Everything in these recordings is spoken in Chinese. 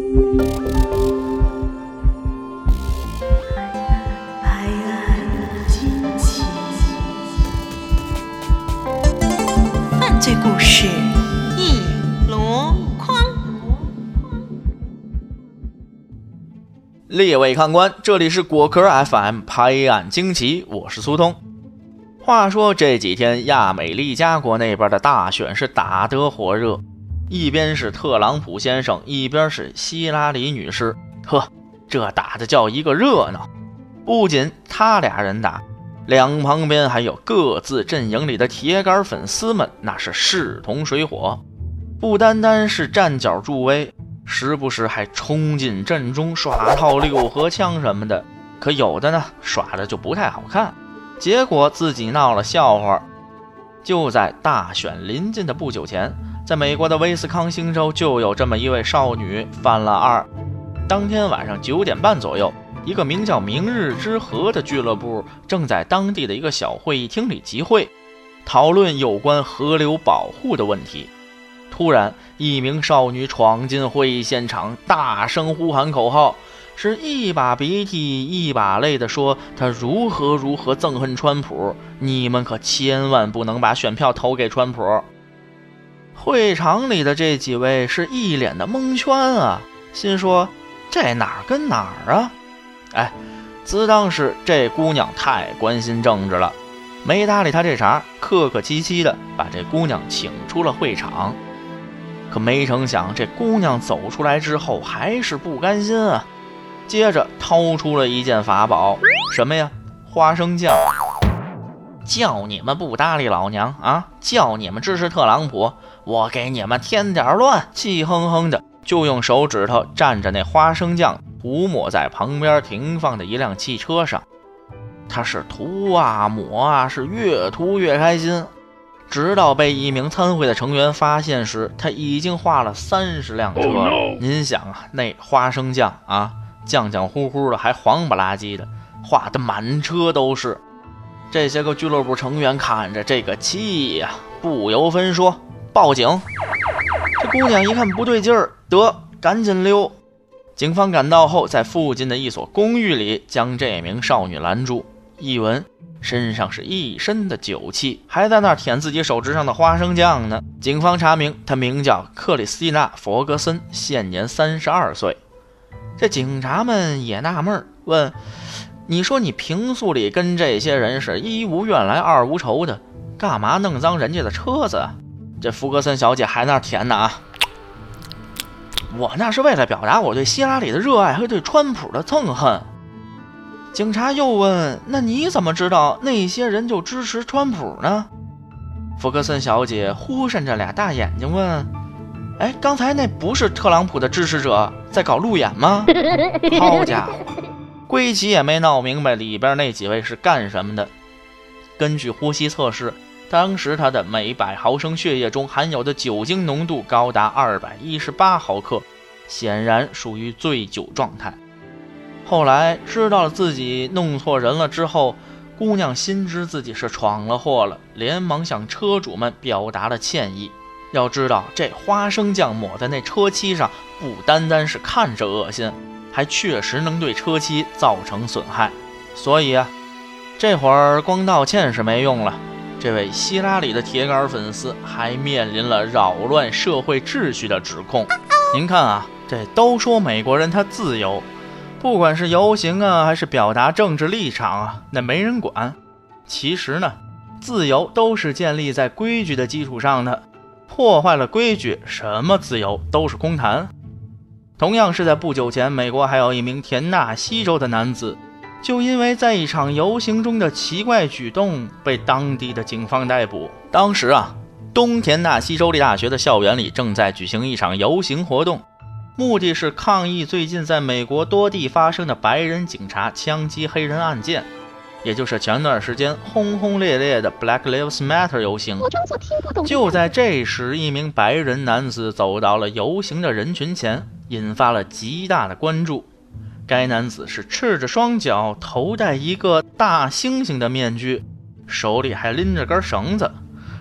犯罪故事一箩筐。 列位看官，这里是果壳 FM 拍案惊奇，我是苏通。话说这几天亚美利加国那边的大选是打得火热，一边是特朗普先生，一边是希拉里女士，呵，这打的叫一个热闹。不仅他俩人打，两旁边还有各自阵营里的铁杆粉丝们，那是势同水火，不单单是站脚助威，时不时还冲进阵中耍套六合枪什么的。可有的呢，耍的就不太好看，结果自己闹了笑话。就在大选临近的不久前，在美国的威斯康星州就有这么一位少女犯了二。当天晚上9点半左右，一个名叫明日之河的俱乐部正在当地的一个小会议厅里集会，讨论有关河流保护的问题。突然，一名少女闯进会议现场，大声呼喊口号，是一把鼻涕一把泪地说她如何憎恨川普，你们可千万不能把选票投给川普。会场里的这几位是一脸的蒙圈啊，心说这哪儿跟哪儿啊？自当是这姑娘太关心政治了，没搭理她这茬，客客气气的把这姑娘请出了会场。可没成想，这姑娘走出来之后还是不甘心啊，接着掏出了一件法宝，什么呀？花生酱。叫你们不搭理老娘啊，叫你们支持特朗普，我给你们添点乱。气哼哼的就用手指头蘸着那花生酱涂抹在旁边停放的一辆汽车上。他是涂啊抹啊，是越涂越开心，直到被一名参会的成员发现时，他已经画了30辆车了。您想啊，那花生酱啊，酱酱乎乎的，还黄不拉几的，画的满车都是。这些个俱乐部成员看着这个气呀，不由分说报警。这姑娘一看不对劲儿，得赶紧溜。警方赶到后，在附近的一所公寓里将这名少女拦住，一闻身上是一身的酒气，还在那儿舔自己手指上的花生酱呢。警方查明她名叫克里斯蒂娜·佛格森，现年32岁。这警察们也纳闷，问，你说你平素里跟这些人是一无怨来二无仇的，干嘛弄脏人家的车子？这福格森小姐还那儿舔呢啊，我那是为了表达我对希拉里的热爱和对川普的憎恨。警察又问，那你怎么知道那些人就支持川普呢？福格森小姐忽闪着俩大眼睛问，刚才那不是特朗普的支持者在搞路演吗？好家伙，归奇也没闹明白里边那几位是干什么的。根据呼吸测试，当时他的每100毫升血液中含有的酒精浓度高达218毫克，显然属于醉酒状态。后来知道了自己弄错人了之后，姑娘心知自己是闯了祸了，连忙向车主们表达了歉意。要知道，这花生酱抹在那车漆上，不单单是看着恶心，还确实能对车漆造成损害。所以啊，这会儿光道歉是没用了，这位希拉里的铁杆粉丝还面临了扰乱社会秩序的指控。您看啊，这都说美国人他自由，不管是游行啊，还是表达政治立场啊，那没人管。其实呢，自由都是建立在规矩的基础上的，破坏了规矩，什么自由都是空谈。同样是在不久前，美国还有一名田纳西州的男子，就因为在一场游行中的奇怪举动被当地的警方逮捕。当时啊，东田纳西州立大学的校园里正在举行一场游行活动，目的是抗议最近在美国多地发生的白人警察枪击黑人案件，也就是前段时间轰轰烈烈的 Black Lives Matter 游行。就在这时，一名白人男子走到了游行的人群前，引发了极大的关注。该男子是赤着双脚，头戴一个大猩猩的面具，手里还拎着根绳子，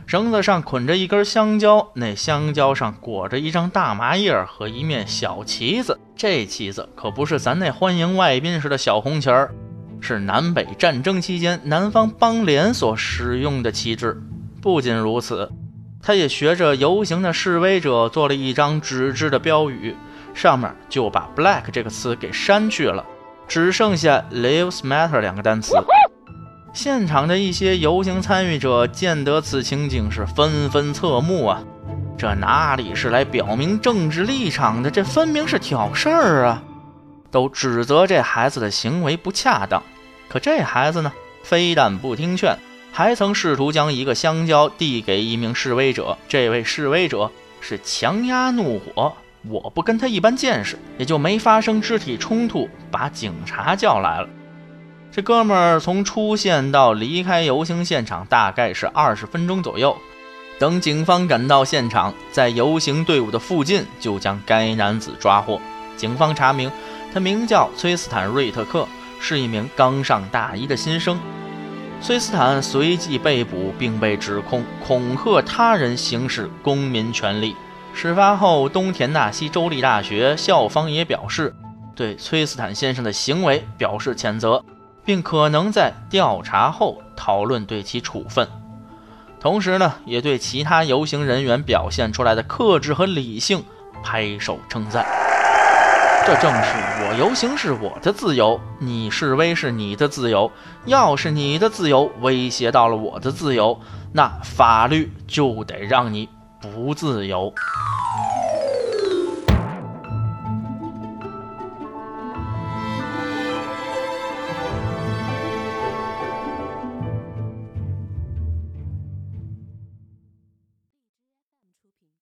绳子上捆着一根香蕉，那香蕉上裹着一张大麻叶和一面小旗子。这旗子可不是咱那欢迎外宾时的小红旗儿，是南北战争期间南方邦联所使用的旗帜。不仅如此，他也学着游行的示威者做了一张纸质的标语，上面就把 black 这个词给删去了，只剩下 lives matter 2个单词。现场的一些游行参与者见得此情景是纷纷侧目啊，这哪里是来表明政治立场的，这分明是挑事儿啊，都指责这孩子的行为不恰当。可这孩子呢，非但不听劝，还曾试图将一个香蕉递给一名示威者，这位示威者是强压怒火，我不跟他一般见识，也就没发生肢体冲突，把警察叫来了。这哥们儿从出现到离开游行现场大概是20分钟左右，等警方赶到现场，在游行队伍的附近就将该男子抓获。警方查明他名叫崔斯坦·瑞特克，是一名刚上大一的新生。崔斯坦随即被捕，并被指控恐吓他人行使公民权利。事发后，东田纳西州立大学校方也表示对崔斯坦先生的行为表示谴责，并可能在调查后讨论对其处分。同时呢，也对其他游行人员表现出来的克制和理性拍手称赞。这正是我游行是我的自由，你示威是你的自由，要是你的自由威胁到了我的自由，那法律就得让你不自由。